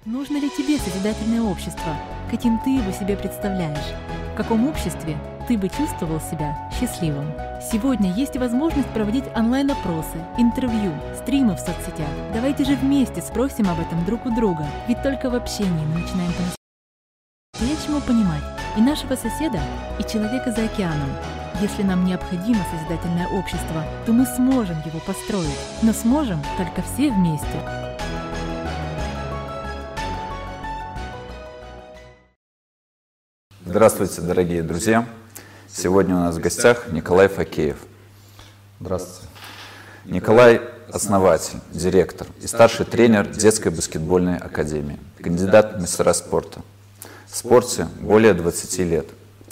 Нужно ли тебе созидательное общество? Каким ты его себе представляешь? В каком обществе ты бы чувствовал себя счастливым? Сегодня есть возможность проводить онлайн-опросы, интервью, стримы в соцсетях. Давайте же вместе спросим об этом друг у друга, ведь только в общении мы начинаем по-настоящему понимать и нашего соседа, и человека за океаном. Если нам необходимо созидательное общество, то мы сможем его построить, но сможем только все вместе. Здравствуйте, дорогие друзья! Сегодня у нас в гостях Николай Факеев. Здравствуйте. Николай – основатель, директор и старший тренер детской баскетбольной академии, кандидат в мастера спорта. В спорте более 20 лет.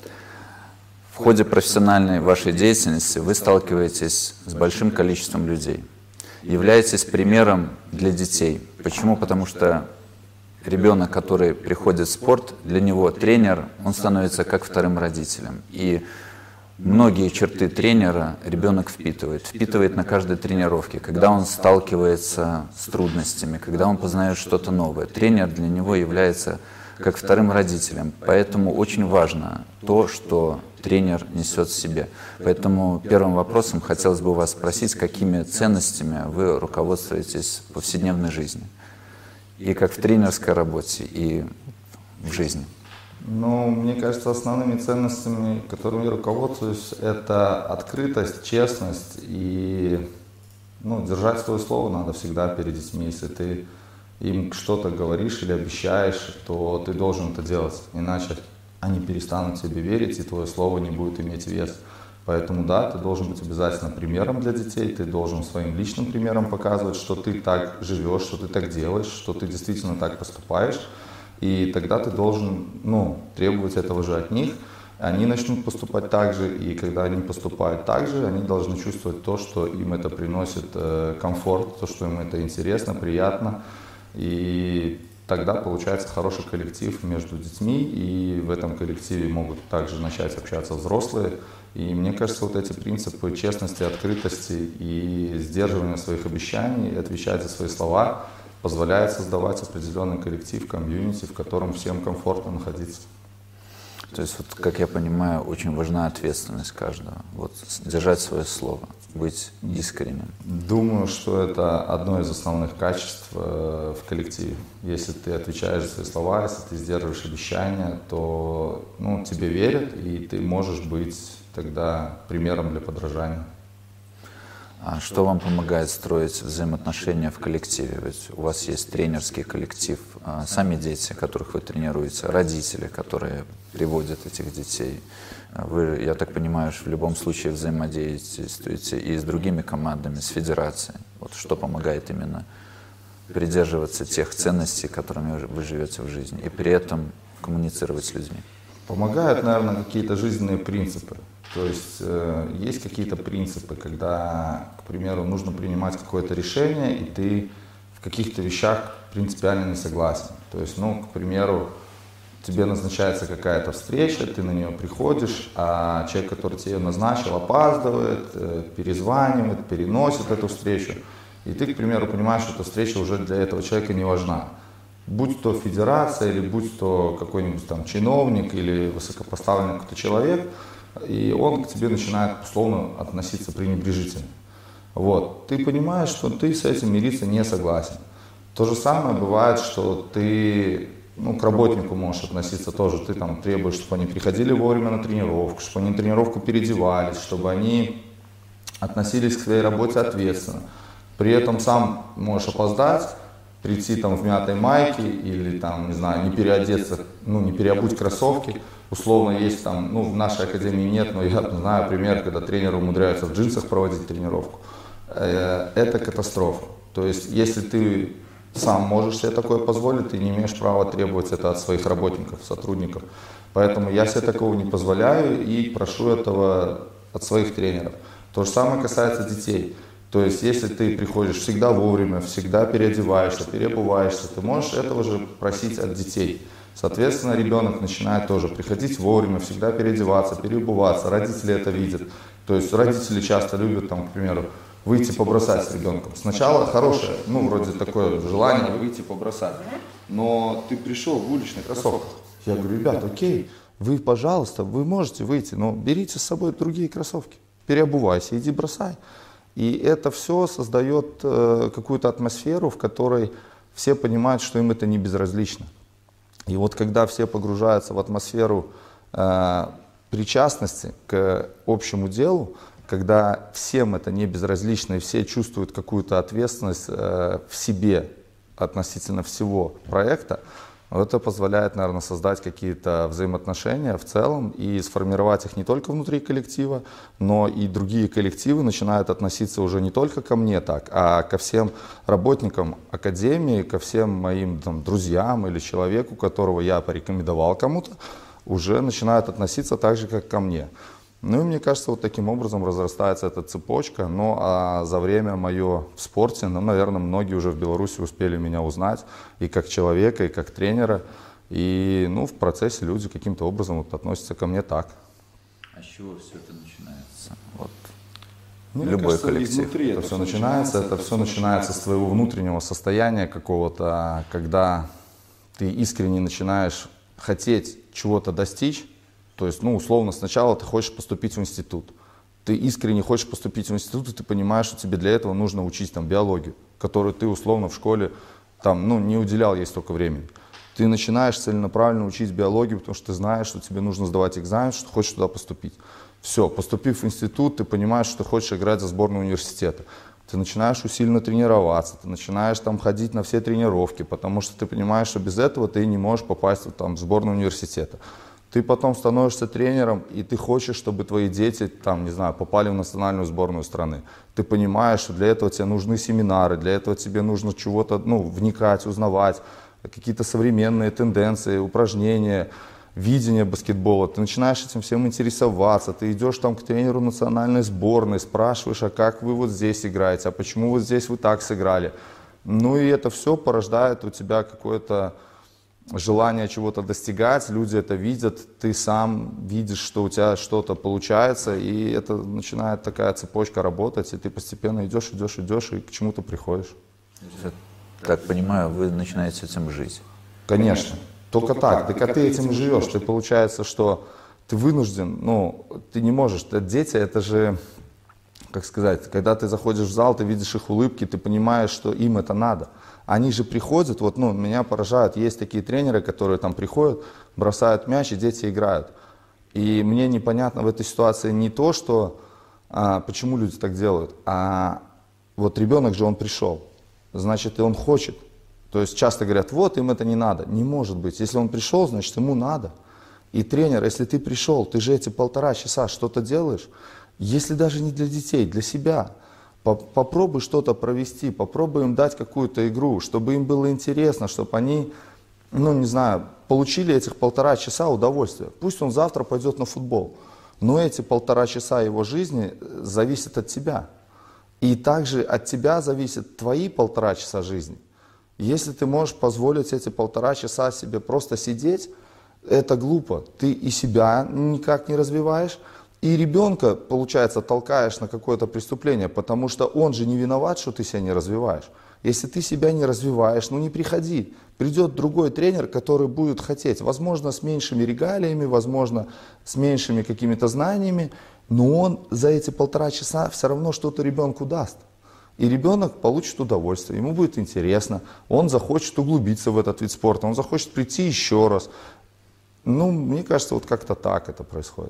В ходе профессиональной вашей деятельности вы сталкиваетесь с большим количеством людей. Являетесь примером для детей. Почему? Потому что ребенок, который приходит в спорт, для него тренер, он становится как вторым родителем. И многие черты тренера ребенок впитывает на каждой тренировке, когда он сталкивается с трудностями, когда он познает что-то новое. Тренер для него является как вторым родителем. Поэтому очень важно то, что тренер несет в себе. Поэтому первым вопросом хотелось бы вас спросить, какими ценностями вы руководствуетесь в повседневной жизни? И как в тренерской работе, и в жизни? Ну, мне кажется, основными ценностями, которыми я руководствуюсь, это открытость, честность и держать свое слово надо всегда перед детьми. Если ты им что-то говоришь или обещаешь, то ты должен это делать, иначе они перестанут тебе верить, и твое слово не будет иметь вес. Поэтому да, ты должен быть обязательно примером для детей, ты должен своим личным примером показывать, что ты так живешь, что ты так делаешь, что ты действительно так поступаешь. И тогда ты должен требовать этого же от них. Они начнут поступать так же, и когда они поступают так же, они должны чувствовать то, что им это приносит комфорт, то, что им это интересно, приятно. И тогда получается хороший коллектив между детьми, и в этом коллективе могут также начать общаться взрослые. И мне кажется, вот эти принципы честности, открытости и сдерживания своих обещаний, отвечать за свои слова, позволяет создавать определенный коллектив, комьюнити, в котором всем комфортно находиться. То есть, вот, как я понимаю, очень важна ответственность каждого. Вот, держать свое слово, быть искренним. Думаю, что это одно из основных качеств в коллективе. Если ты отвечаешь за свои слова, если ты сдерживаешь обещания, то тебе верят, и ты можешь быть тогда примером для подражания. А что вам помогает строить взаимоотношения в коллективе? Ведь у вас есть тренерский коллектив, сами дети, которых вы тренируете, родители, которые приводят этих детей. Вы, я так понимаю, в любом случае взаимодействуете и с другими командами, с федерацией. Вот что помогает именно придерживаться тех ценностей, которыми вы живете в жизни, и при этом коммуницировать с людьми? Помогают, наверное, какие-то жизненные принципы. То есть есть какие-то принципы, когда, к примеру, нужно принимать какое-то решение, и ты в каких-то вещах принципиально не согласен. То есть, к примеру, тебе назначается какая-то встреча, ты на нее приходишь, а человек, который тебе назначил, опаздывает, перезванивает, переносит эту встречу. И ты, к примеру, понимаешь, что эта встреча уже для этого человека не важна. Будь то федерация, или будь то какой-нибудь там чиновник, или высокопоставленный какой-то человек, и он к тебе начинает условно относиться пренебрежительно. Вот. Ты понимаешь, что ты с этим мириться не согласен. То же самое бывает, что ты к работнику можешь относиться тоже. Ты там требуешь, чтобы они приходили вовремя на тренировку, чтобы они на тренировку переодевались, чтобы они относились к своей работе ответственно. При этом сам можешь опоздать, прийти там в мятой майке или там, не знаю, не переодеться, не переобуть кроссовки. Условно есть там, в нашей академии нет, но я знаю пример, когда тренеры умудряются в джинсах проводить тренировку. Это катастрофа. То есть, если ты сам можешь себе такое позволить, ты не имеешь права требовать это от своих работников, сотрудников. Поэтому я себе такого не позволяю и прошу этого от своих тренеров. То же самое касается детей. То есть, если ты приходишь всегда вовремя, всегда переодеваешься, переобуваешься, ты можешь этого же просить от детей. Соответственно, ребенок начинает тоже приходить вовремя, всегда переодеваться, переобуваться. Родители это видят. То есть родители часто любят, к примеру, выйти побросать с ребенком. Сначала хорошее, ну, вроде такое желание выйти побросать. Но ты пришел в уличных кроссовках. Я говорю, ребят, окей, вы, пожалуйста, вы можете выйти, но берите с собой другие кроссовки. Переобувайся, иди бросай. И это все создает какую-то атмосферу, в которой все понимают, что им это не безразлично. И вот когда все погружаются в атмосферу причастности к общему делу, когда всем это не безразлично и все чувствуют какую-то ответственность в себе относительно всего проекта, это позволяет, наверное, создать какие-то взаимоотношения в целом и сформировать их не только внутри коллектива, но и другие коллективы начинают относиться уже не только ко мне так, а ко всем работникам академии, ко всем моим там, друзьям или человеку, которого я порекомендовал кому-то, уже начинают относиться так же, как ко мне. Ну и мне кажется, вот таким образом разрастается эта цепочка. Ну а за время мое в спорте, ну, наверное, многие уже в Беларуси успели меня узнать и как человека, и как тренера. И ну, в процессе люди каким-то образом вот относятся ко мне так. А с чего все это начинается? Вот. Ну, Любой кажется, коллектив. Изнутри это все начинается. Это все начинается с твоего внутреннего состояния какого-то, когда ты искренне начинаешь хотеть чего-то достичь. То есть, ну, условно, сначала ты хочешь поступить в институт. Ты искренне хочешь поступить в институт, и ты понимаешь, что тебе для этого нужно учить там, биологию, которую ты условно в школе там, ну, не уделял ей столько времени. Ты начинаешь целенаправленно учить биологию, потому что ты знаешь, что тебе нужно сдавать экзамен, что ты хочешь туда поступить. Все, поступив в институт, ты понимаешь, что ты хочешь играть за сборную университета. Ты начинаешь усиленно тренироваться, ты начинаешь там ходить на все тренировки, потому что ты понимаешь, что без этого ты не можешь попасть там, в сборную университета. Ты потом становишься тренером, и ты хочешь, чтобы твои дети, там, не знаю, попали в национальную сборную страны. Ты понимаешь, что для этого тебе нужны семинары, для этого тебе нужно чего-то, ну, вникать, узнавать, какие-то современные тенденции, упражнения, видение баскетбола. Ты начинаешь этим всем интересоваться, ты идешь там к тренеру национальной сборной, спрашиваешь, а как вы вот здесь играете, а почему вот здесь вы так сыграли. Ну и это все порождает у тебя какое-то желание чего-то достигать, люди это видят, ты сам видишь, что у тебя что-то получается, и это начинает такая цепочка работать, и ты постепенно идешь и к чему-то приходишь. Так понимаю, вы начинаете этим жить. Конечно. Только так. Так ты этим живешь. Ты получается, что ты вынужден, ну, ты не можешь. Дети, это же, как сказать, когда ты заходишь в зал, ты видишь их улыбки, ты понимаешь, что им это надо. Они же приходят, вот, ну, меня поражают, есть такие тренеры, которые там приходят, бросают мяч, и дети играют. И мне непонятно в этой ситуации не то, что, почему люди так делают, а вот ребенок же, он пришел, значит, и он хочет. То есть часто говорят, вот, им это не надо. Не может быть. Если он пришел, значит, ему надо. И тренер, если ты пришел, ты же эти 1,5 часа что-то делаешь, если даже не для детей, для себя. Попробуй что-то провести, попробуй им дать какую-то игру, чтобы им было интересно, чтобы они, ну не знаю, получили этих 1,5 часа удовольствия. Пусть он завтра пойдет на футбол, но эти 1,5 часа его жизни зависят от тебя. И также от тебя зависят твои 1,5 часа жизни. Если ты можешь позволить эти 1,5 часа себе просто сидеть, это глупо. Ты и себя никак не развиваешь, и ребенка, получается, толкаешь на какое-то преступление, потому что он же не виноват, что ты себя не развиваешь. Если ты себя не развиваешь, ну не приходи. Придет другой тренер, который будет хотеть, возможно, с меньшими регалиями, возможно, с меньшими какими-то знаниями, но он за эти 1,5 часа все равно что-то ребенку даст. И ребенок получит удовольствие, ему будет интересно, он захочет углубиться в этот вид спорта, он захочет прийти еще раз. Ну, мне кажется, вот как-то так это происходит.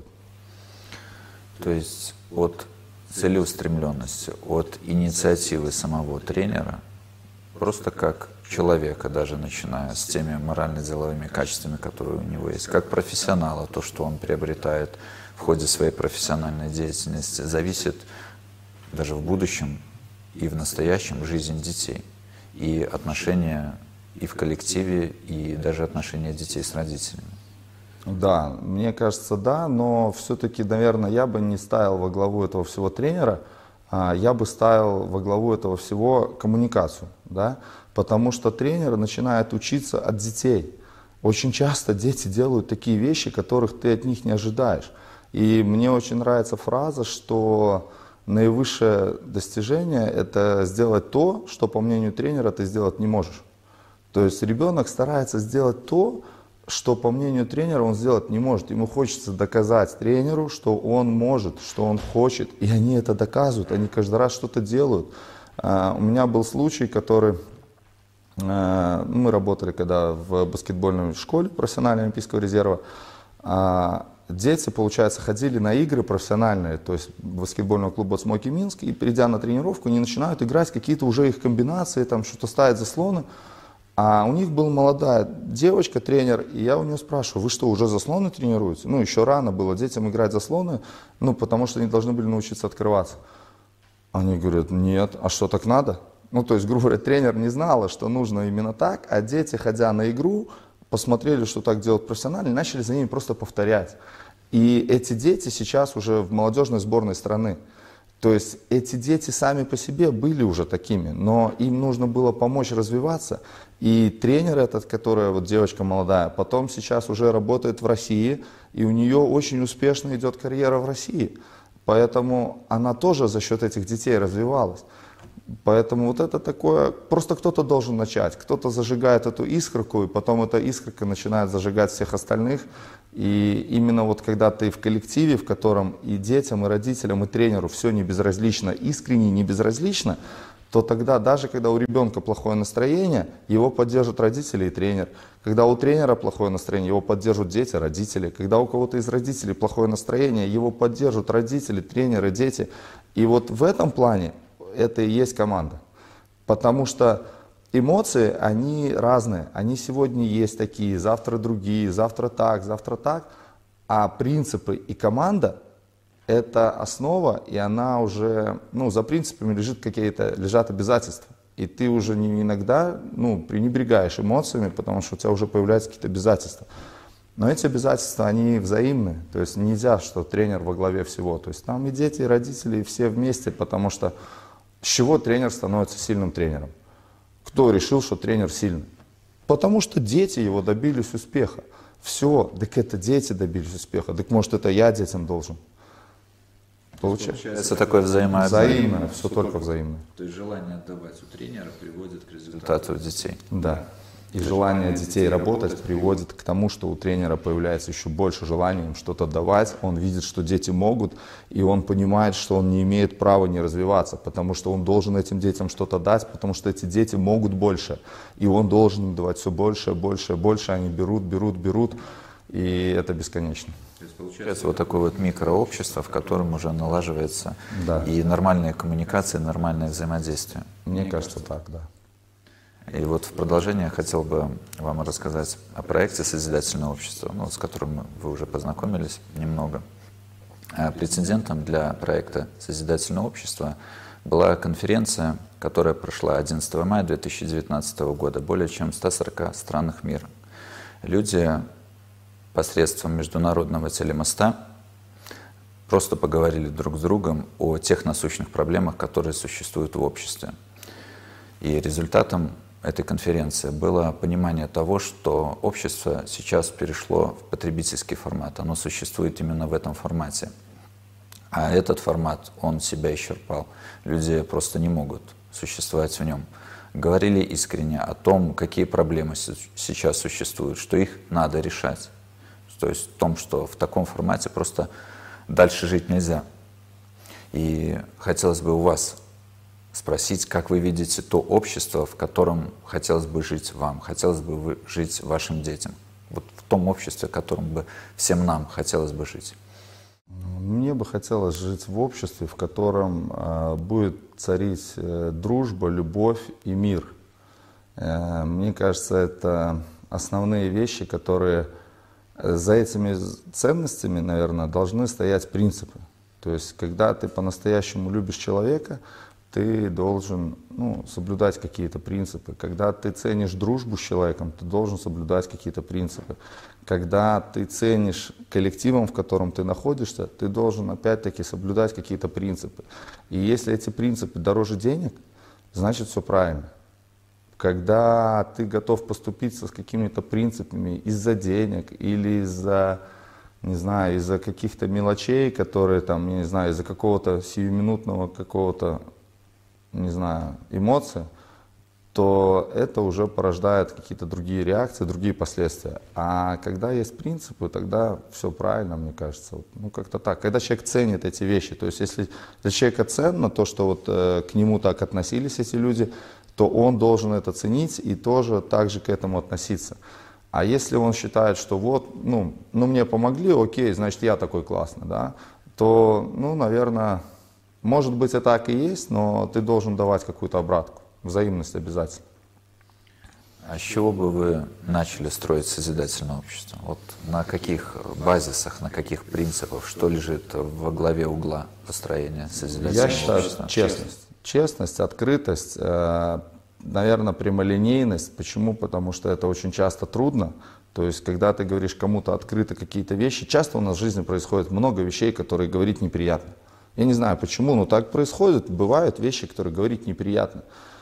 То есть от целеустремленности, от инициативы самого тренера, просто как человека, даже начиная с теми морально-деловыми качествами, которые у него есть, как профессионала, то, что он приобретает в ходе своей профессиональной деятельности, зависит даже в будущем и в настоящем жизнь детей, и отношения и в коллективе, и даже отношения детей с родителями. Да, мне кажется, да, но все-таки, наверное, я бы не ставил во главу этого всего тренера, я бы ставил во главу этого всего коммуникацию, да, потому что тренер начинает учиться от детей. Очень часто дети делают такие вещи, которых ты от них не ожидаешь. И мне очень нравится фраза, что наивысшее достижение – это сделать то, что, по мнению тренера, ты сделать не можешь. То есть ребенок старается сделать то, что, по мнению тренера, он сделать не может. Ему хочется доказать тренеру, что он может, что он хочет. И они это доказывают, они каждый раз что-то делают. У меня был случай, который... Мы работали когда в баскетбольной школе профессионального Олимпийского резерва. Дети, получается, ходили на игры профессиональные, то есть баскетбольного клуба «Смоки Минск», и придя на тренировку, они начинают играть какие-то уже их комбинации, там что-то ставить заслоны. А у них была молодая девочка, тренер, и я у нее спрашиваю: вы что, уже заслоны тренируете? Ну, еще рано было детям играть заслоны, ну, потому что они должны были научиться открываться. Они говорят: нет, а что, так надо? Ну, то есть, грубо говоря, тренер не знала, что нужно именно так, а дети, ходя на игру, посмотрели, что так делают профессионально, и начали за ними просто повторять. И эти дети сейчас уже в молодежной сборной страны. То есть эти дети сами по себе были уже такими, но им нужно было помочь развиваться. И тренер этот, которая вот девочка молодая, потом сейчас уже работает в России, и у нее очень успешно идет карьера в России. Поэтому она тоже за счет этих детей развивалась. Поэтому вот это такое, просто кто-то должен начать, кто-то зажигает эту искорку, и потом эта искорка начинает зажигать всех остальных. И именно вот когда ты в коллективе, в котором и детям, и родителям, и тренеру все не безразлично, искренне не безразлично, то тогда даже когда у ребенка плохое настроение, его поддержат родители и тренер. Когда у тренера плохое настроение, его поддержат дети, родители. Когда у кого-то из родителей плохое настроение, его поддержат родители, тренеры, дети. И вот в этом плане это и есть команда. Потому что эмоции, они разные. Они сегодня есть такие, завтра другие, завтра так. А принципы и команда – это основа, и она уже, ну, за принципами лежат обязательства. И ты уже не иногда, пренебрегаешь эмоциями, потому что у тебя уже появляются какие-то обязательства. Но эти обязательства, они взаимны. То есть нельзя, что тренер во главе всего. То есть там и дети, и родители, и все вместе, потому что с чего тренер становится сильным тренером? Кто решил, что тренер сильный? Потому что дети его добились успеха. Все, так это дети добились успеха. Так может, это я детям должен? Получается такое взаимное, все только взаимно. То есть желание отдавать у тренера приводит к результату детей. Да. И желание детей работать приводит к тому, что у тренера появляется еще больше желания им что-то давать. Он видит, что дети могут, и он понимает, что он не имеет права не развиваться, потому что он должен этим детям что-то дать, потому что эти дети могут больше. И он должен им давать все больше, больше, больше. Они берут, и это бесконечно. То есть получается вот такое вот микрообщество, в котором уже налаживается да. и нормальная коммуникация, и нормальное взаимодействие. Мне кажется, так, да. И вот в продолжение я хотел бы вам рассказать о проекте «Созидательное общество», с которым вы уже познакомились немного. Прецедентом для проекта «Созидательное общество» была конференция, которая прошла 11 мая 2019 года в более чем 140 странах мира. Люди посредством международного телемоста просто поговорили друг с другом о тех насущных проблемах, которые существуют в обществе. И результатом этой конференции было понимание того, что общество сейчас перешло в потребительский формат. Оно существует именно в этом формате. А этот формат, он себя исчерпал. Люди просто не могут существовать в нем. Говорили искренне о том, какие проблемы сейчас существуют, что их надо решать. То есть в том, что в таком формате просто дальше жить нельзя. И хотелось бы у вас спросить, как вы видите то общество, в котором хотелось бы жить вам, хотелось бы жить вашим детям. Вот в том обществе, в котором бы всем нам хотелось бы жить. Мне бы хотелось жить в обществе, в котором будет царить дружба, любовь и мир. Мне кажется, это основные вещи, которые за этими ценностями, наверное, должны стоять принципы. То есть, когда ты по-настоящему любишь человека, ты должен соблюдать какие-то принципы. Когда ты ценишь дружбу с человеком, ты должен соблюдать какие-то принципы. Когда ты ценишь коллективом, в котором ты находишься, ты должен опять-таки соблюдать какие-то принципы. И если эти принципы дороже денег, значит все правильно. Когда ты готов поступиться с какими-то принципами из-за денег или из-за не знаю, из-за каких-то мелочей, которые там, я не знаю, из-за какого-то сиюминутного какого-то, не знаю, эмоции, то это уже порождает какие-то другие реакции, другие последствия. А когда есть принципы, тогда все правильно, мне кажется. Ну, как-то так. Когда человек ценит эти вещи, то есть если для человека ценно то, что вот к нему так относились эти люди, то он должен это ценить и тоже так же к этому относиться. А если он считает, что вот, ну мне помогли, окей, значит я такой классный, да, то, ну, наверное, может быть и так и есть, но ты должен давать какую-то обратку. Взаимность обязательно. А с чего бы вы начали строить созидательное общество? Вот на каких базисах, на каких принципах, что лежит во главе угла построения созидательного общества? Я считаю, честность. Честность, открытость, наверное, прямолинейность. Почему? Потому что это очень часто трудно. То есть, когда ты говоришь кому-то открыто какие-то вещи, часто у нас в жизни происходит много вещей, которые говорить неприятно. Я не знаю почему, но так происходит. Бывают вещи, которые говорить неприятно.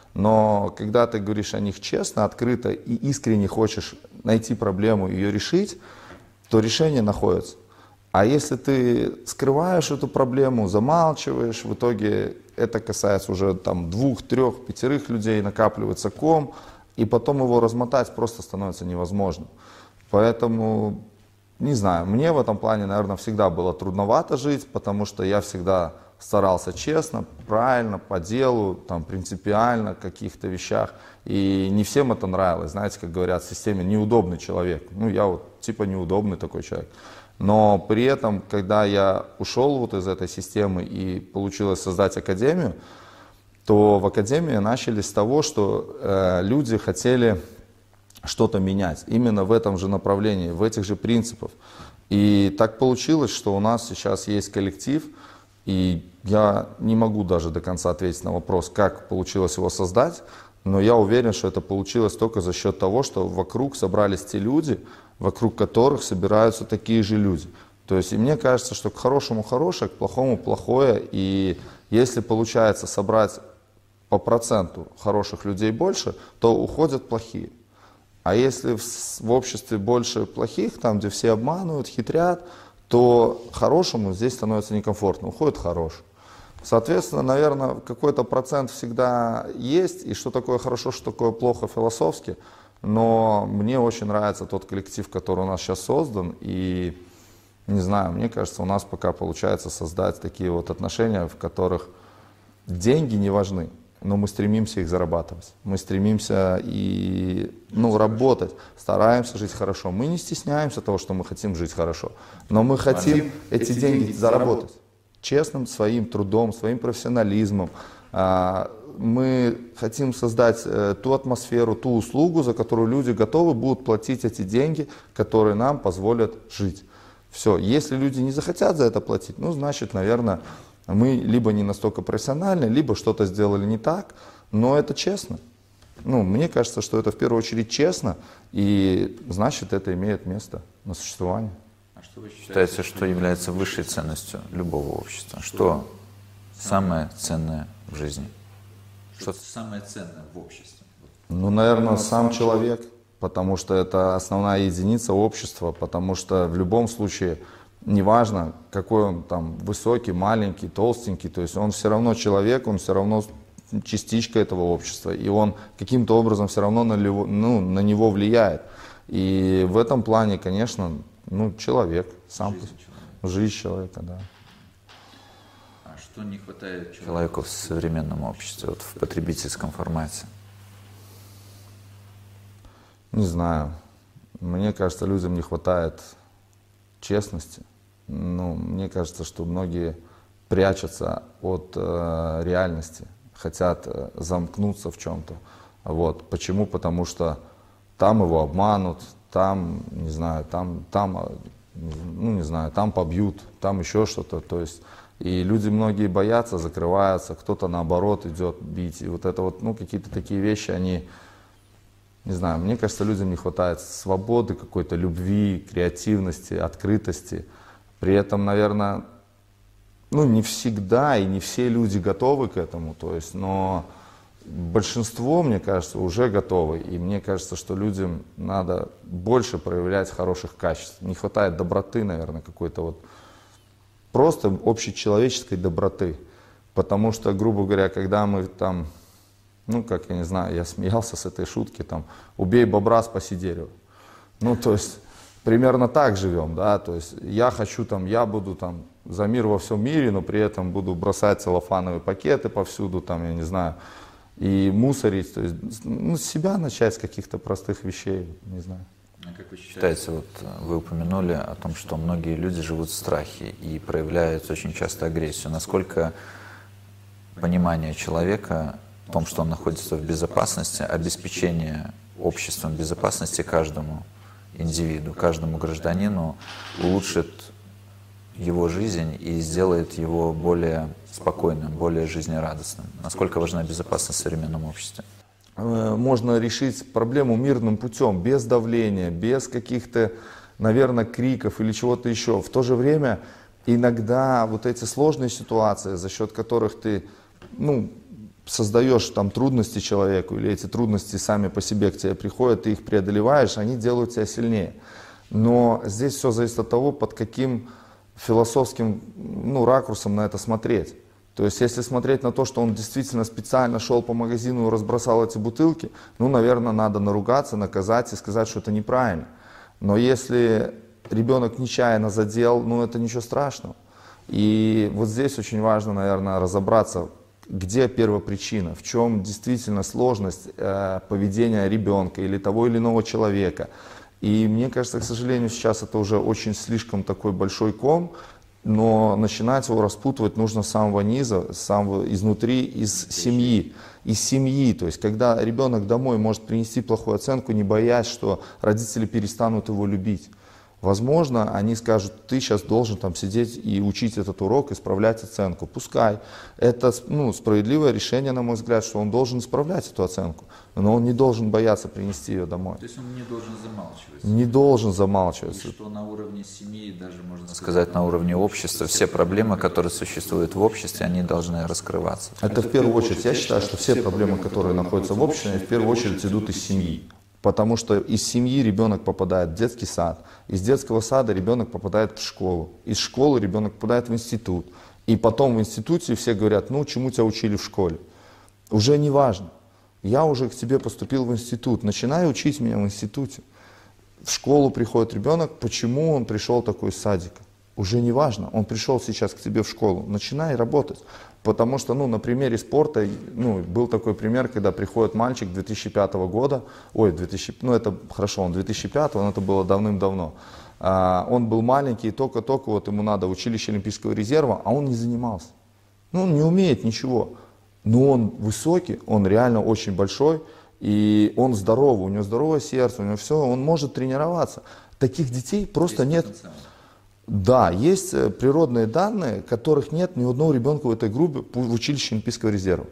Но когда ты говоришь о них честно, открыто и искренне хочешь найти проблему и ее решить, то решение находится. А если ты скрываешь эту проблему, замалчиваешь, в итоге это касается уже там 2, 3, 5 людей, накапливается ком, и потом его размотать просто становится невозможным. Поэтому, не знаю, мне в этом плане, наверное, всегда было трудновато жить, потому что я всегда старался честно, правильно, по делу, там, принципиально в каких-то вещах. И не всем это нравилось. Знаете, как говорят в системе, неудобный человек. Ну, я вот типа неудобный такой человек. Но при этом, когда я ушел вот из этой системы и получилось создать академию, то в академии начали с того, что люди хотели что-то менять. Именно в этом же направлении, в этих же принципах. И так получилось, что у нас сейчас есть коллектив, и я не могу даже до конца ответить на вопрос, как получилось его создать, но я уверен, что это получилось только за счет того, что вокруг собрались те люди, вокруг которых собираются такие же люди. То есть, и мне кажется, что к хорошему хорошее, к плохому плохое, и если получается собрать по проценту хороших людей больше, то уходят плохие. А если в обществе больше плохих, там, где все обманывают, хитрят, то хорошему здесь становится некомфортно, уходит хороший. Соответственно, наверное, какой-то процент всегда есть, и что такое хорошо, что такое плохо философски, но мне очень нравится тот коллектив, который у нас сейчас создан, и, не знаю, мне кажется, у нас пока получается создать такие вот отношения, в которых деньги не важны, но мы стремимся их зарабатывать, мы стремимся и, работать, стараемся жить хорошо. Мы не стесняемся того, что мы хотим жить хорошо, но мы хотим эти деньги заработать честным своим трудом, своим профессионализмом. Мы хотим создать ту атмосферу, ту услугу, за которую люди готовы будут платить эти деньги, которые нам позволят жить. Все, если люди не захотят за это платить, значит, наверное, мы либо не настолько профессиональны, либо что-то сделали не так, но это честно. Мне кажется, что это в первую очередь честно, и значит, это имеет место на существование. А что вы считаете, что является высшей ценностью любого общества? Что самое ценное в жизни? Что самое ценное в обществе? Наверное, сам человек, потому что это основная единица общества, потому что в любом случае, неважно, какой он там высокий, маленький, толстенький, то есть он все равно человек, он все равно частичка этого общества, и он каким-то образом все равно на него влияет. И в этом плане, конечно, человек, сам жизнь человека, да. А что не хватает человеку в современном обществе, вот в потребительском формате? Не знаю. Мне кажется, людям не хватает честности. Мне кажется, что многие прячутся от реальности, хотят замкнуться в чем-то. Почему? Потому что там его обманут, там, не знаю, там побьют, там еще что-то. То есть, и люди многие боятся, закрываются, кто-то наоборот идет бить. И какие-то такие вещи, они, не знаю, мне кажется, людям не хватает свободы, какой-то любви, креативности, открытости. При этом, наверное, не всегда и не все люди готовы к этому. То есть, но большинство, мне кажется, уже готовы. И мне кажется, что людям надо больше проявлять хороших качеств. Не хватает доброты, наверное, какой-то вот просто общечеловеческой доброты. Потому что, грубо говоря, когда мы там, ну, как я не знаю, я смеялся с этой шутки, там, убей бобра, спаси дерево. Ну, то есть, примерно так живем, да, то есть, я хочу там, я буду там за мир во всем мире, но при этом буду бросать целлофановые пакеты повсюду, там, я не знаю, и мусорить, то есть, ну, с себя начать, с каких-то простых вещей, не знаю. А как вы считаете, вот вы упомянули о том, что многие люди живут в страхе и проявляют очень часто агрессию. Насколько понимание человека в том, что он находится в безопасности, обеспечение обществом безопасности каждому индивиду, каждому гражданину улучшит его жизнь и сделает его более спокойным, более жизнерадостным? Насколько важна безопасность в современном обществе? Можно решить проблему мирным путем, без давления, без каких-то, наверное, криков или чего-то еще. В то же время иногда вот эти сложные ситуации, за счет которых ты, ну, создаешь там трудности человеку, или эти трудности сами по себе к тебе приходят, ты их преодолеваешь, они делают тебя сильнее. Но здесь все зависит от того, под каким философским, ну, ракурсом на это смотреть. То есть, если смотреть на то, что он действительно специально шел по магазину и разбросал эти бутылки, ну, наверное, надо наругаться, наказать и сказать, что это неправильно. Но если ребенок нечаянно задел, ну, это ничего страшного. И вот здесь очень важно, наверное, разобраться, где первопричина, в чем действительно сложность поведения ребенка или того или иного человека. И мне кажется, к сожалению, сейчас это уже очень слишком такой большой ком, но начинать его распутывать нужно с самого низа, с самого изнутри, из семьи. Из семьи, то есть когда ребенок домой может принести плохую оценку, не боясь, что родители перестанут его любить. Возможно, они скажут, ты сейчас должен там сидеть и учить этот урок, исправлять оценку. Пускай. Это, ну, справедливое решение, на мой взгляд, что он должен исправлять эту оценку. Но он не должен бояться принести ее домой. То есть он не должен замалчивать? Не должен замалчивать. И что на уровне семьи, даже можно сказать на уровне общества, все проблемы, которые существуют в обществе, они должны раскрываться. Это в первую очередь. Я считаю, что все проблемы, которые находятся в обществе, в первую очередь идут из семьи. Потому что из семьи ребенок попадает в детский сад, из детского сада ребенок попадает в школу, из школы ребенок попадает в институт. И потом в институте все говорят, ну, чему тебя учили в школе? Уже не важно. Я уже к тебе поступил в институт, начинай учить меня в институте. В школу приходит ребенок, почему он пришел такой из садика? Уже не важно, он пришел сейчас к тебе в школу, начинай работать. Потому что, ну, на примере спорта, ну, был такой пример, когда приходит мальчик 2005 года, ну, это хорошо, он 2005, но это было давным-давно. Он был маленький, только-только вот ему надо училище Олимпийского резерва, а он не занимался. Ну, он не умеет ничего, но он высокий, он реально очень большой, и он здоровый, у него здоровое сердце, у него все, он может тренироваться. Таких детей просто нет. Да, есть природные данные, которых нет ни у одного ребенка в этой группе в училище Олимпийского резерва.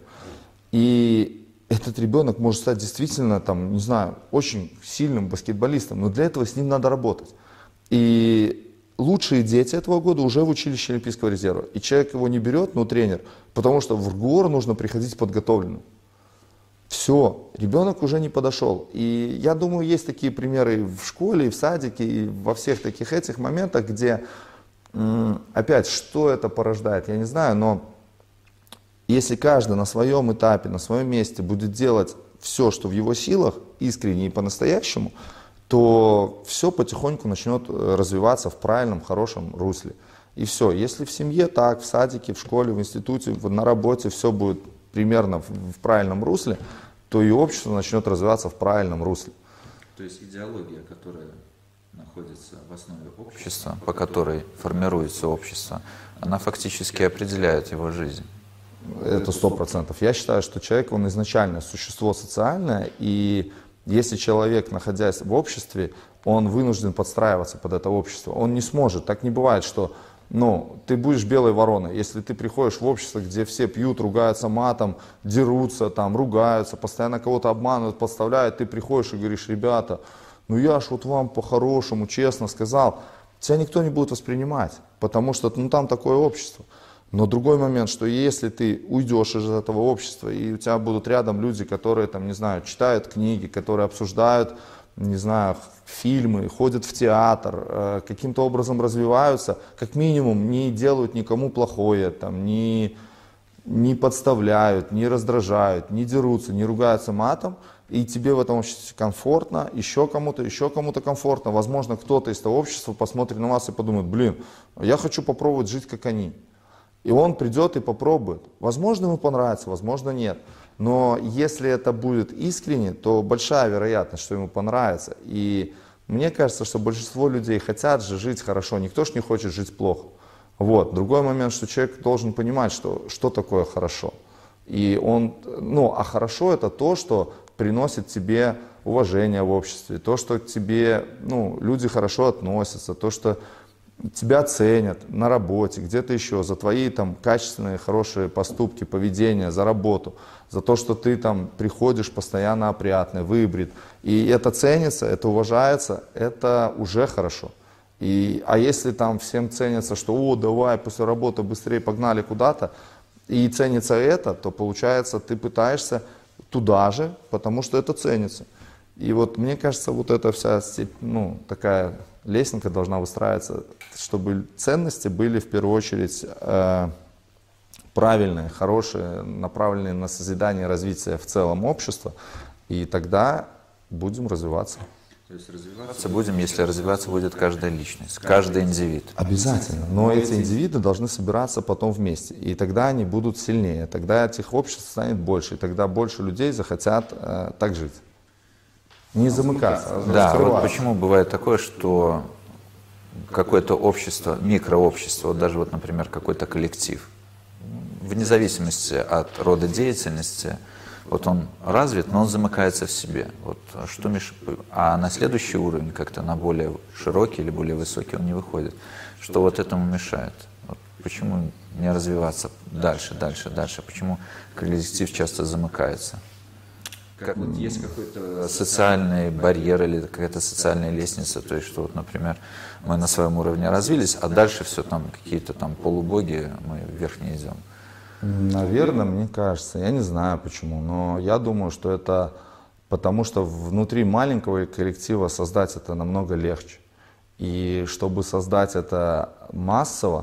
И этот ребенок может стать действительно, там, не знаю, очень сильным баскетболистом, но для этого с ним надо работать. И лучшие дети этого года уже в училище Олимпийского резерва. И человек его не берет, ну, тренер, потому что в РГУОР нужно приходить подготовленным. Все, ребенок уже не подошел. И я думаю, есть такие примеры в школе, и в садике, и во всех таких этих моментах, где, опять, что это порождает, я не знаю, но если каждый на своем этапе, на своем месте будет делать все, что в его силах, искренне и по-настоящему, то все потихоньку начнет развиваться в правильном, хорошем русле. И все, если в семье так, в садике, в школе, в институте, на работе все будет примерно в правильном русле, то и общество начнет развиваться в правильном русле. То есть идеология, которая находится в основе общества, по которой формируется общество, она фактически определяет его жизнь. Это 100%. Я считаю, что человек, он изначально существо социальное, и если человек, находясь в обществе, он вынужден подстраиваться под это общество, он не сможет. Так не бывает, что ты будешь белой вороной, если ты приходишь в общество, где все пьют, ругаются матом, дерутся, там, ругаются, постоянно кого-то обманывают, подставляют, ты приходишь и говоришь, ребята, я ж вот вам по-хорошему, честно сказал, тебя никто не будет воспринимать, потому что там такое общество. Но другой момент, что если ты уйдешь из этого общества, и у тебя будут рядом люди, которые, там, не знаю, читают книги, которые обсуждают, не знаю, фильмы, ходят в театр, каким-то образом развиваются, как минимум не делают никому плохое, там, не подставляют, не раздражают, не дерутся, не ругаются матом, и тебе в этом обществе комфортно, еще кому-то комфортно. Возможно, кто-то из того общества посмотрит на вас и подумает, блин, я хочу попробовать жить, как они. И он придет и попробует. Возможно, ему понравится, возможно, нет. Но если это будет искренне, то большая вероятность, что ему понравится. И мне кажется, что большинство людей хотят же жить хорошо, никто же не хочет жить плохо. Вот. Другой момент, что человек должен понимать, что такое хорошо. И он, а хорошо это то, что приносит тебе уважение в обществе, то, что к тебе, люди хорошо относятся, то, что тебя ценят на работе, где-то еще, за твои там качественные, хорошие поступки, поведение, за работу, за то, что ты там приходишь постоянно опрятный, выбрит. И это ценится, это уважается, это уже хорошо. А если там всем ценится, что давай после работы быстрее погнали куда-то, и ценится это, то получается ты пытаешься туда же, потому что это ценится. И вот мне кажется, вот эта вся такая лесенка должна выстраиваться, чтобы ценности были в первую очередь правильные, хорошие, направленные на созидание и развитие в целом общества, и тогда будем развиваться. То есть развиваться будем, если развиваться будет каждая личность, каждый индивид. Обязательно. Но эти индивиды должны собираться потом вместе. И тогда они будут сильнее. Тогда этих обществ станет больше. И тогда больше людей захотят так жить. Не замыкаться. Да, вот почему бывает такое, что какое-то общество, микрообщество, вот даже вот, например, какой-то коллектив, вне зависимости от рода деятельности, вот он развит, но он замыкается в себе. Вот что а на следующий уровень, как-то на более широкий или более высокий, он не выходит. Что вот этому мешает? Вот почему не развиваться дальше? Почему коллектив часто замыкается? Как вот есть какой-то социальный барьер или какая-то социальная лестница, то есть что вот, например, мы на своем уровне развились, а дальше все там какие-то там полубоги, мы вверх не идем. Наверное, мне кажется, я не знаю почему, но я думаю, что это потому, что внутри маленького коллектива создать это намного легче. И чтобы создать это массово,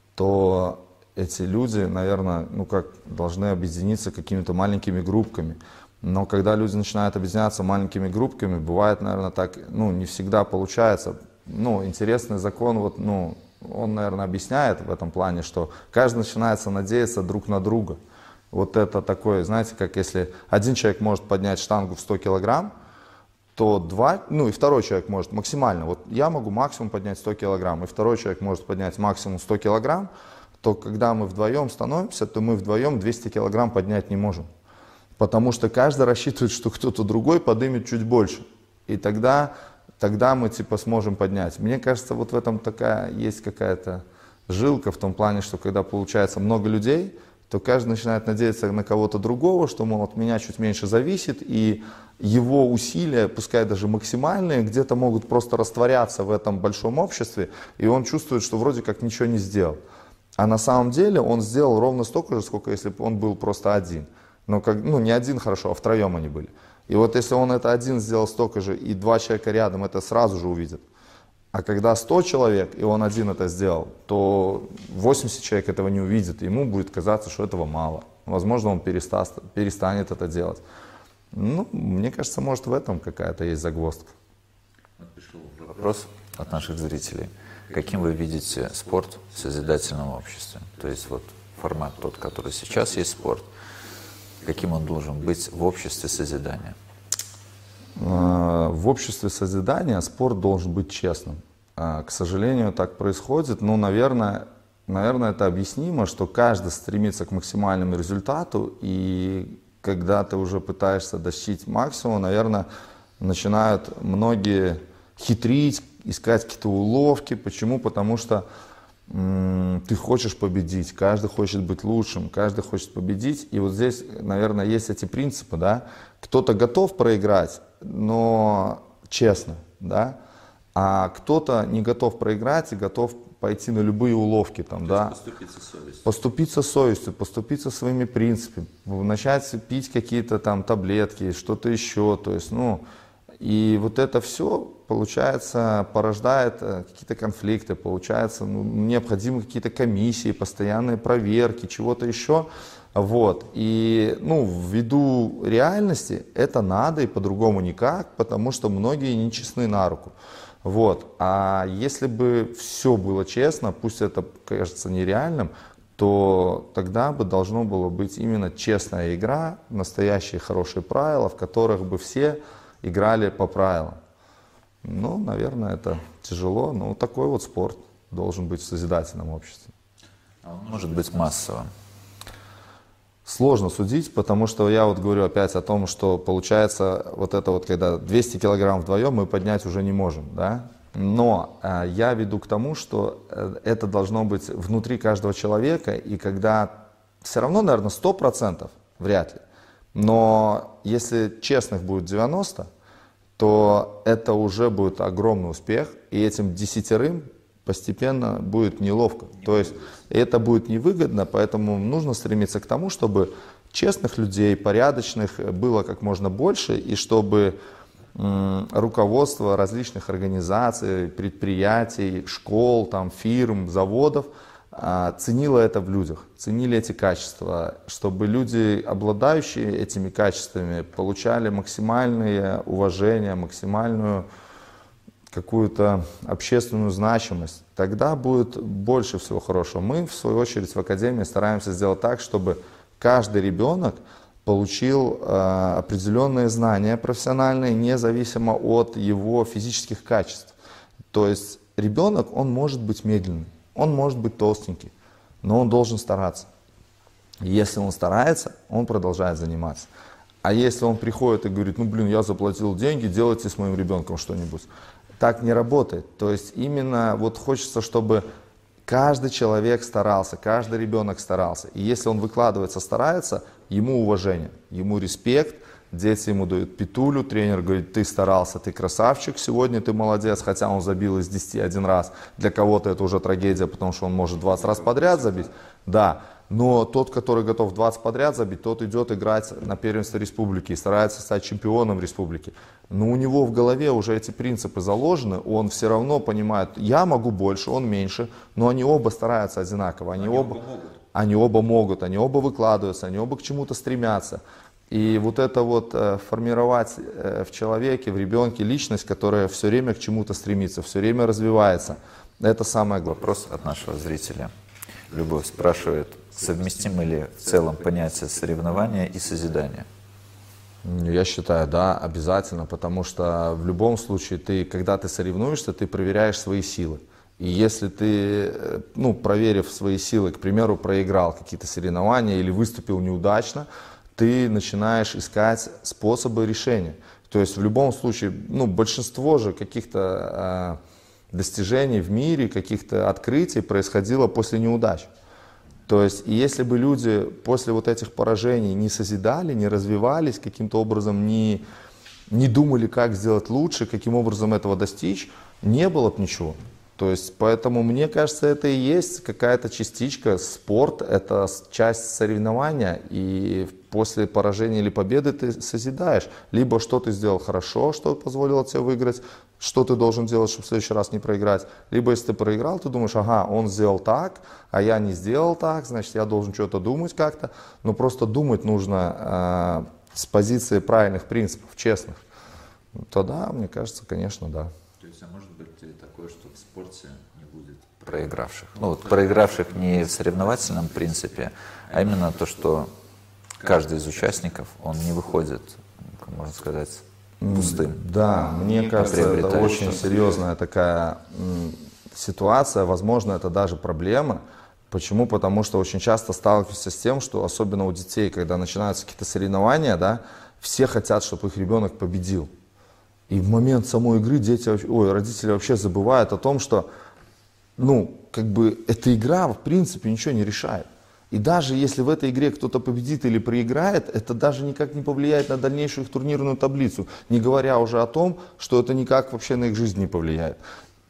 то эти люди, наверное, должны объединиться какими-то маленькими группками. Но когда люди начинают объединяться маленькими группками, бывает, наверное, так, не всегда получается. Интересный закон, он, наверное, объясняет в этом плане, что каждый начинает надеяться друг на друга. Вот это такое, знаете, как если один человек может поднять штангу в 100 килограмм, то и второй человек может максимально, вот я могу максимум поднять 100 килограмм, и второй человек может поднять максимум 100 килограмм, то когда мы вдвоем становимся, то мы вдвоем 200 килограмм поднять не можем. Потому что каждый рассчитывает, что кто-то другой поднимет чуть больше. И тогда мы сможем поднять. Мне кажется, вот в этом есть какая-то жилка в том плане, что когда получается много людей, то каждый начинает надеяться на кого-то другого, что, мол, от меня чуть меньше зависит, и его усилия, пускай даже максимальные, где-то могут просто растворяться в этом большом обществе, и он чувствует, что вроде как ничего не сделал. А на самом деле он сделал ровно столько же, сколько если бы он был просто один. Но не один хорошо, а втроем они были. И вот если он это один сделал столько же, и два человека рядом это сразу же увидят. А когда 100 человек, и он один это сделал, то 80 человек этого не увидят, и ему будет казаться, что этого мало. Возможно, он перестанет это делать. Мне кажется, может в этом какая-то есть загвоздка. Пришел вопрос от наших зрителей. Каким вы видите спорт в созидательном обществе? То есть вот формат тот, который сейчас есть спорт, каким он должен быть в обществе созидания? В обществе созидания спорт должен быть честным. К сожалению, так происходит. Наверное, это объяснимо, что каждый стремится к максимальному результату, и когда ты уже пытаешься достичь максимума, наверное, начинают многие хитрить, искать какие-то уловки. Почему? Потому что ты хочешь победить, каждый хочет быть лучшим, каждый хочет победить. И вот здесь, наверное, есть эти принципы, да. Кто-то готов проиграть, но честно, да. А кто-то не готов проиграть и готов пойти на любые уловки, там, да. Поступиться совестью. Поступиться совестью, поступиться своими принципами, начать пить какие-то там таблетки, что-то еще, то есть, ну, и вот это все, получается, порождает какие-то конфликты, получается, ну, необходимы какие-то комиссии, постоянные проверки, чего-то еще. Вот. И ну, ввиду реальности это надо и по-другому никак, потому что многие нечестны на руку. Вот. А если бы все было честно, пусть это кажется нереальным, то тогда бы должно было быть именно честная игра, настоящие хорошие правила, в которых бы все играли по правилам. Ну, наверное, это тяжело, но такой вот спорт должен быть в созидательном обществе. А он может быть массовым. Сложно судить, потому что я вот говорю опять о том, что получается вот это вот, когда 200 килограмм вдвоем мы поднять уже не можем, да? Но я веду к тому, что это должно быть внутри каждого человека, и когда все равно, наверное, 100% вряд ли, но если честных будет 90, то это уже будет огромный успех, и этим 10 постепенно будет неловко. То есть это будет невыгодно, поэтому нужно стремиться к тому, чтобы честных людей, порядочных было как можно больше, и чтобы руководство различных организаций, предприятий, школ, там, фирм, заводов ценило это в людях, ценили эти качества, чтобы люди, обладающие этими качествами, получали максимальное уважение, максимальную какую-то общественную значимость, тогда будет больше всего хорошего. Мы, в свою очередь, в Академии стараемся сделать так, чтобы каждый ребенок получил определенные знания профессиональные, независимо от его физических качеств. То есть ребенок, он может быть медленный, он может быть толстенький, но он должен стараться. И если он старается, он продолжает заниматься. А если он приходит и говорит, ну блин, я заплатил деньги, делайте с моим ребенком что-нибудь. Так не работает. То есть именно вот хочется, чтобы каждый человек старался, каждый ребенок старался. И если он выкладывается, старается, ему уважение, ему респект, дети ему дают пятулю, тренер говорит, ты старался, ты красавчик, сегодня ты молодец, хотя он забил из 10 один раз. Для кого-то это уже трагедия, потому что он может 20 раз подряд забить. Да, но тот, который готов 20 подряд забить, тот идет играть на первенство республики и старается стать чемпионом республики. Но у него в голове уже эти принципы заложены, он все равно понимает, я могу больше, он меньше, но они оба стараются одинаково, они оба могут, они оба выкладываются, они оба к чему-то стремятся. И вот это вот формировать в человеке, в ребенке личность, которая все время к чему-то стремится, все время развивается, это самое главное. Вопрос от нашего зрителя. Любовь спрашивает, совместимы ли в целом понятия соревнования и созидания? Я считаю, да, обязательно, потому что в любом случае, когда ты соревнуешься, ты проверяешь свои силы. И если ты, ну, проверив свои силы, к примеру, проиграл какие-то соревнования или выступил неудачно, ты начинаешь искать способы решения. То есть в любом случае, ну, большинство же каких-то достижений в мире, каких-то открытий происходило после неудач. То есть, и если бы люди после вот этих поражений не созидали, не развивались, каким-то образом не думали, как сделать лучше, каким образом этого достичь, не было бы ничего. То есть, поэтому, мне кажется, это и есть какая-то частичка, спорт, это часть соревнования, и после поражения или победы ты созидаешь. Либо что ты сделал хорошо, что позволило тебе выиграть, что ты должен делать, чтобы в следующий раз не проиграть. Либо если ты проиграл, ты думаешь, ага, он сделал так, а я не сделал так, значит, я должен что-то думать как-то. Но просто думать нужно с позиции правильных принципов, честных. Тогда, мне кажется, конечно, да. То есть, а может быть такое, что в спорте не будет проигравших? Ну, вот проигравших не в соревновательном принципе, а именно то, что каждый из участников, он не выходит, можно сказать, пустым. Да, мне кажется, это очень серьезная такая ситуация, возможно, это даже проблема. Почему? Потому что очень часто сталкиваешься с тем, что особенно у детей, когда начинаются какие-то соревнования, да, все хотят, чтобы их ребенок победил. И в момент самой игры родители вообще забывают о том, что, ну, как бы эта игра в принципе ничего не решает. И даже если в этой игре кто-то победит или проиграет, это даже никак не повлияет на дальнейшую их турнирную таблицу, не говоря уже о том, что это никак вообще на их жизнь не повлияет.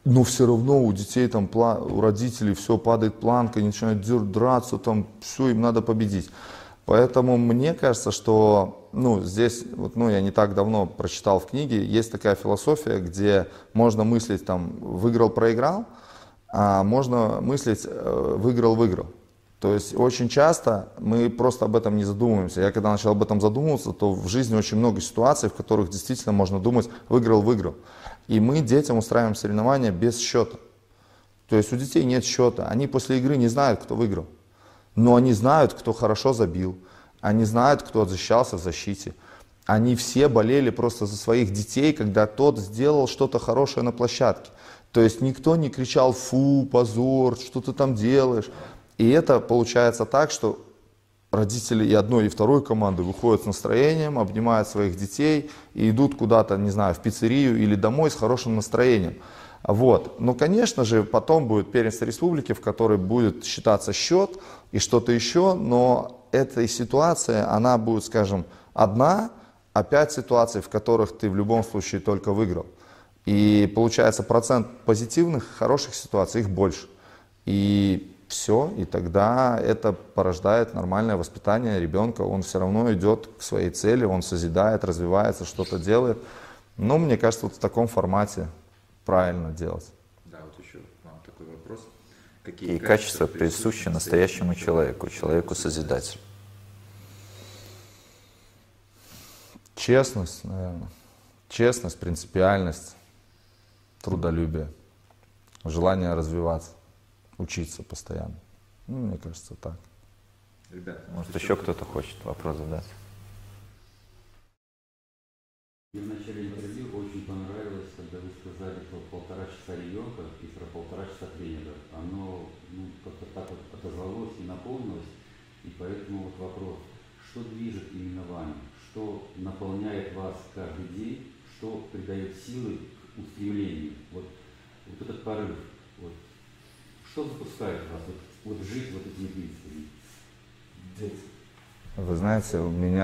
но все равно у детей, там, у родителей все падает планка, они начинают драться, там, все, им надо победить. Поэтому мне кажется, что здесь, я не так давно прочитал в книге, есть такая философия, где можно мыслить, там, выиграл-проиграл, а можно мыслить выиграл-выиграл. То есть очень часто мы просто об этом не задумываемся. Я когда начал об этом задумываться, то в жизни очень много ситуаций, в которых действительно можно думать выиграл-выиграл. И мы детям устраиваем соревнования без счета. То есть у детей нет счета, они после игры не знают, кто выиграл. Но они знают, кто хорошо забил, они знают, кто защищался в защите. Они все болели просто за своих детей, когда тот сделал что-то хорошее на площадке. То есть никто не кричал «фу, позор, что ты там делаешь». И это получается так, что родители и одной, и второй команды выходят с настроением, обнимают своих детей и идут куда-то, не знаю, в пиццерию или домой с хорошим настроением. Вот. Но, конечно же, потом будет первенство республики, в которой будет считаться счет и что-то еще, но эта ситуация, она будет, скажем, одна, а 5 ситуаций, в которых ты в любом случае только выиграл. И получается процент позитивных, хороших ситуаций, их больше. И все, и тогда это порождает нормальное воспитание ребенка, он все равно идет к своей цели, он созидает, развивается, что-то делает. Но мне кажется, вот в таком формате правильно делать. Да, вот еще вам такой вопрос. Какие качества присущи настоящему человеку-созидателю? Честность, наверное. Честность, принципиальность, трудолюбие, желание развиваться, учиться постоянно. Мне кажется, так. Ребята, может еще кто-то хочет вопрос задать? Мне в начале интервью очень понравилось, когда вы сказали про 1,5 часа ребенка и про 1,5 часа тренера. Оно как-то так вот отозвалось и наполнилось. И поэтому вот вопрос, что движет именно вами? Что наполняет вас каждый день? Что придает силы к устремлению? Вот этот порыв. Вот. Что запускает вас? Вот жить вот этими принципами? Вы знаете,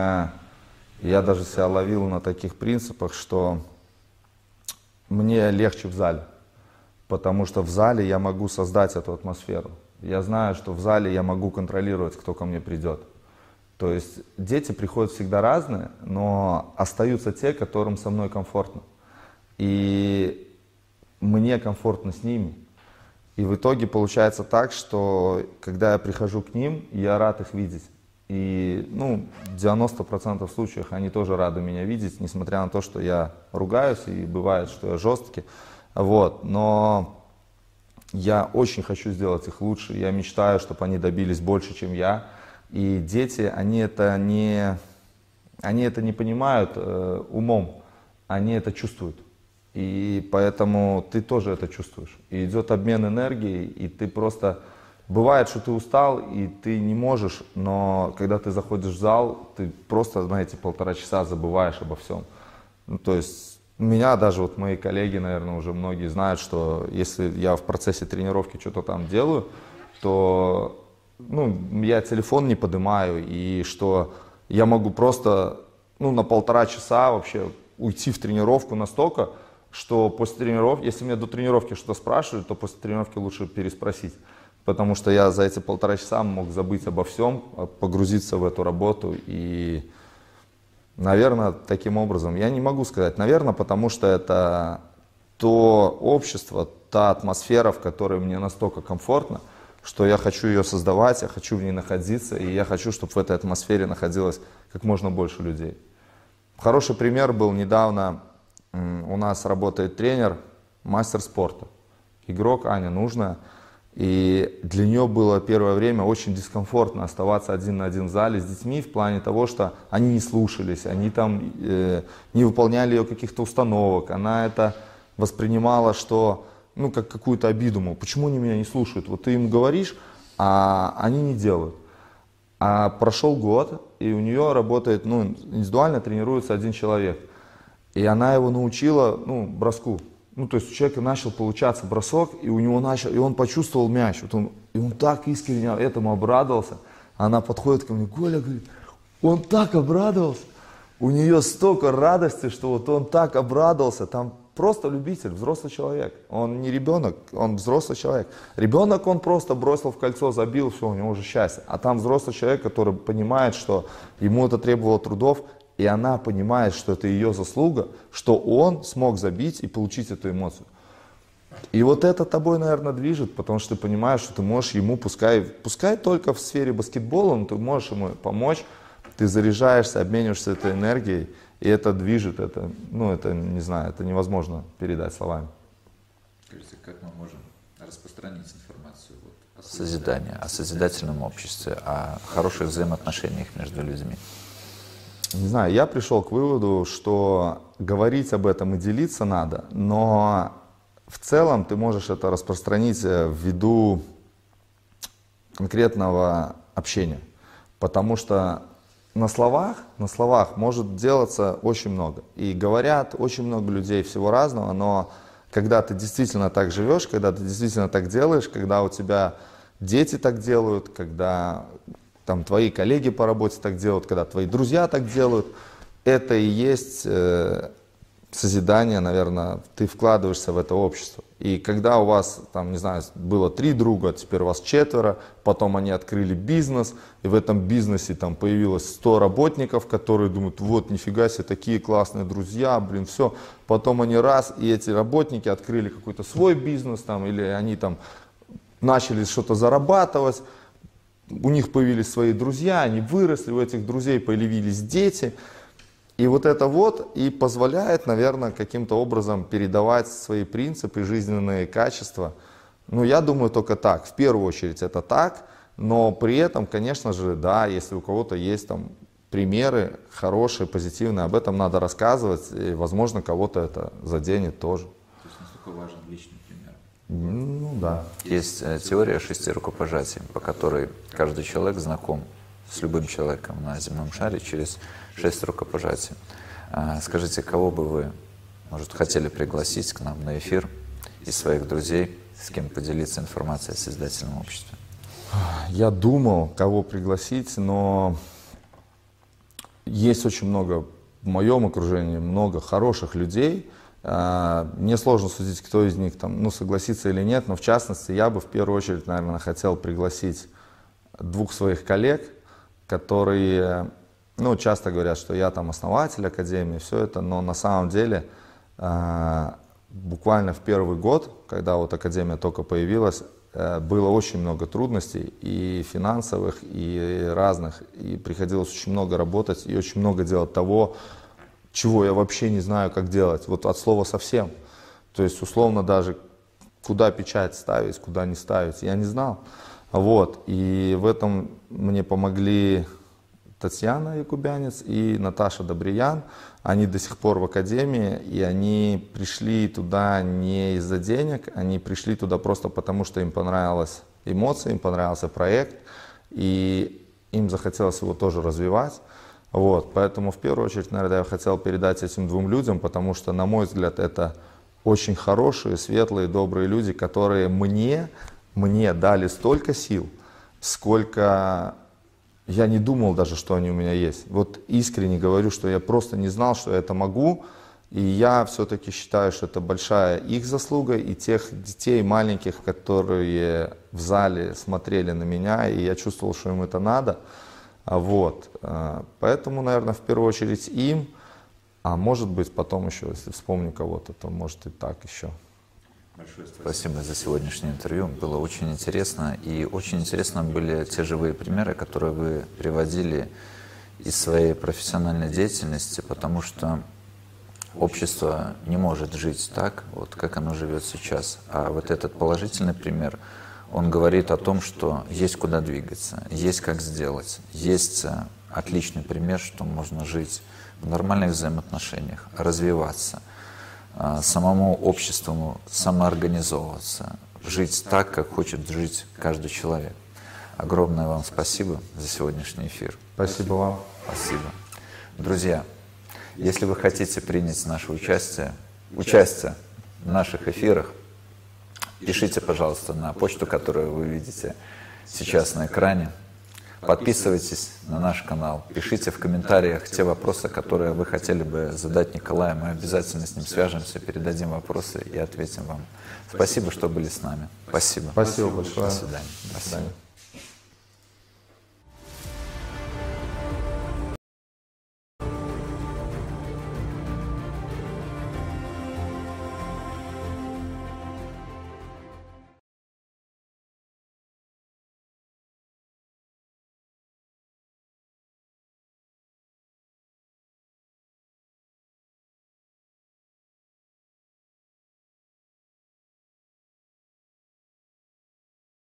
я даже себя ловил на таких принципах, что мне легче в зале, потому что в зале я могу создать эту атмосферу. Я знаю, что в зале я могу контролировать, кто ко мне придет. То есть дети приходят всегда разные, но остаются те, которым со мной комфортно. И мне комфортно с ними. И в итоге получается так, что когда я прихожу к ним, я рад их видеть. И в 90% случаев они тоже рады меня видеть, несмотря на то, что я ругаюсь, и бывает, что я жесткий. Вот. Но я очень хочу сделать их лучше, я мечтаю, чтобы они добились больше, чем я. И дети, они это не понимают умом, они это чувствуют. И поэтому ты тоже это чувствуешь. И идет обмен энергией, и ты просто... Бывает, что ты устал, и ты не можешь, но когда ты заходишь в зал, ты просто на эти 1,5 часа забываешь обо всем. То есть меня даже вот мои коллеги, наверное, уже многие знают, что если я в процессе тренировки что-то там делаю, то я телефон не поднимаю, и что я могу просто на 1,5 часа вообще уйти в тренировку настолько, что после тренировки, если меня до тренировки что-то спрашивают, то после тренировки лучше переспросить. Потому что я за эти 1,5 часа мог забыть обо всем, погрузиться в эту работу. И, наверное, таким образом, я не могу сказать, наверное, потому что это то общество, та атмосфера, в которой мне настолько комфортно, что я хочу ее создавать, я хочу в ней находиться, и я хочу, чтобы в этой атмосфере находилось как можно больше людей. Хороший пример был недавно, у нас работает тренер, мастер спорта, игрок Аня Нужная. И для нее было первое время очень дискомфортно оставаться один на один в зале с детьми в плане того, что они не слушались, они там не выполняли ее каких-то установок. Она это воспринимала, что, как какую-то обиду, мол, почему они меня не слушают? Вот ты им говоришь, а они не делают. А прошел год, и у нее работает, индивидуально тренируется один человек. И она его научила, броску. То есть у человека начал получаться бросок, и у него и он почувствовал мяч. И он так искренне этому обрадовался. Она подходит ко мне, Коля, говорит, он так обрадовался. У нее столько радости, что вот он так обрадовался. Там просто любитель, взрослый человек. Он не ребенок, он взрослый человек. Ребенок, он просто бросил в кольцо, забил, все, у него уже счастье. А там взрослый человек, который понимает, что ему это требовало трудов, и она понимает, что это ее заслуга, что он смог забить и получить эту эмоцию. И вот это тобой, наверное, движет, потому что ты понимаешь, что ты можешь ему, пускай только в сфере баскетбола, но ты можешь ему помочь, ты заряжаешься, обмениваешься этой энергией, и это движет, это, не знаю, это невозможно передать словами. Скажите, как мы можем распространить информацию о созидании, о созидательном обществе, о хороших взаимоотношениях между людьми? Не знаю, я пришел к выводу, что говорить об этом и делиться надо, но в целом ты можешь это распространить ввиду конкретного общения, потому что на словах может делаться очень много. И говорят очень много людей всего разного, но когда ты действительно так живешь, когда ты действительно так делаешь, когда у тебя дети так делают, когда там твои коллеги по работе так делают, когда твои друзья так делают, это и есть созидание, наверное, ты вкладываешься в это общество. И когда у вас, там, не знаю, было 3 друга, теперь у вас 4, потом они открыли бизнес, и в этом бизнесе там появилось 100 работников, которые думают, вот, нифига себе, такие классные друзья, блин, все. Потом они и эти работники открыли какой-то свой бизнес, там, или они там начали что-то зарабатывать, у них появились свои друзья, они выросли, у этих друзей появились дети. И вот это вот и позволяет, наверное, каким-то образом передавать свои принципы, жизненные качества. Ну, я думаю, только так. В первую очередь это так, но при этом, конечно же, да, если у кого-то есть там примеры хорошие, позитивные, об этом надо рассказывать, и, возможно, кого-то это заденет тоже. То есть насколько важен личный пример? Ну, да. Есть теория 6 рукопожатий, по которой каждый человек знаком с любым человеком на земном шаре через 6 рукопожатий. Скажите, кого бы вы, может, хотели пригласить к нам на эфир из своих друзей, с кем поделиться информацией о созидательном обществе? Я думал, кого пригласить, но есть очень много в моем окружении, много хороших людей. Мне сложно судить, кто из них там, согласится или нет, но в частности я бы в первую очередь, наверное, хотел пригласить 2 своих коллег, которые, часто говорят, что я там основатель академии, все это, но на самом деле буквально в первый год, когда вот академия только появилась, было очень много трудностей и финансовых, и разных, и приходилось очень много работать и очень много делать того, чего я вообще не знаю, как делать, вот от слова совсем. То есть условно даже куда печать ставить, куда не ставить, я не знал. Вот, и в этом мне помогли Татьяна Якубянец и Наташа Добриян. Они до сих пор в академии, и они пришли туда не из-за денег, они пришли туда просто потому, что им понравилась эмоция, им понравился проект, и им захотелось его тоже развивать. Вот, поэтому в первую очередь, наверное, я хотел передать этим 2 людям, потому что, на мой взгляд, это очень хорошие, светлые, добрые люди, которые мне дали столько сил, сколько я не думал даже, что они у меня есть. Вот искренне говорю, что я просто не знал, что я это могу, и я все-таки считаю, что это большая их заслуга, и тех детей маленьких, которые в зале смотрели на меня, и я чувствовал, что им это надо. Вот. Поэтому, наверное, в первую очередь им, а может быть потом еще, если вспомню кого-то, то может и так еще. Большое спасибо за сегодняшнее интервью. Было очень интересно. И очень интересно были те живые примеры, которые вы приводили из своей профессиональной деятельности, потому что общество не может жить так, вот как оно живет сейчас. А вот этот положительный пример, он говорит о том, что есть куда двигаться, есть как сделать, есть отличный пример, что можно жить в нормальных взаимоотношениях, развиваться, самому обществу самоорганизовываться, жить так, как хочет жить каждый человек. Огромное вам спасибо за сегодняшний эфир. Спасибо вам. Спасибо. Друзья, если вы хотите принять наше участие в наших эфирах, пишите, пожалуйста, на почту, которую вы видите сейчас на экране. Подписывайтесь на наш канал, пишите в комментариях те вопросы, которые вы хотели бы задать Николаю. Мы обязательно с ним свяжемся, передадим вопросы и ответим вам. Спасибо, что были с нами. Спасибо. Спасибо большое. До свидания. До свидания.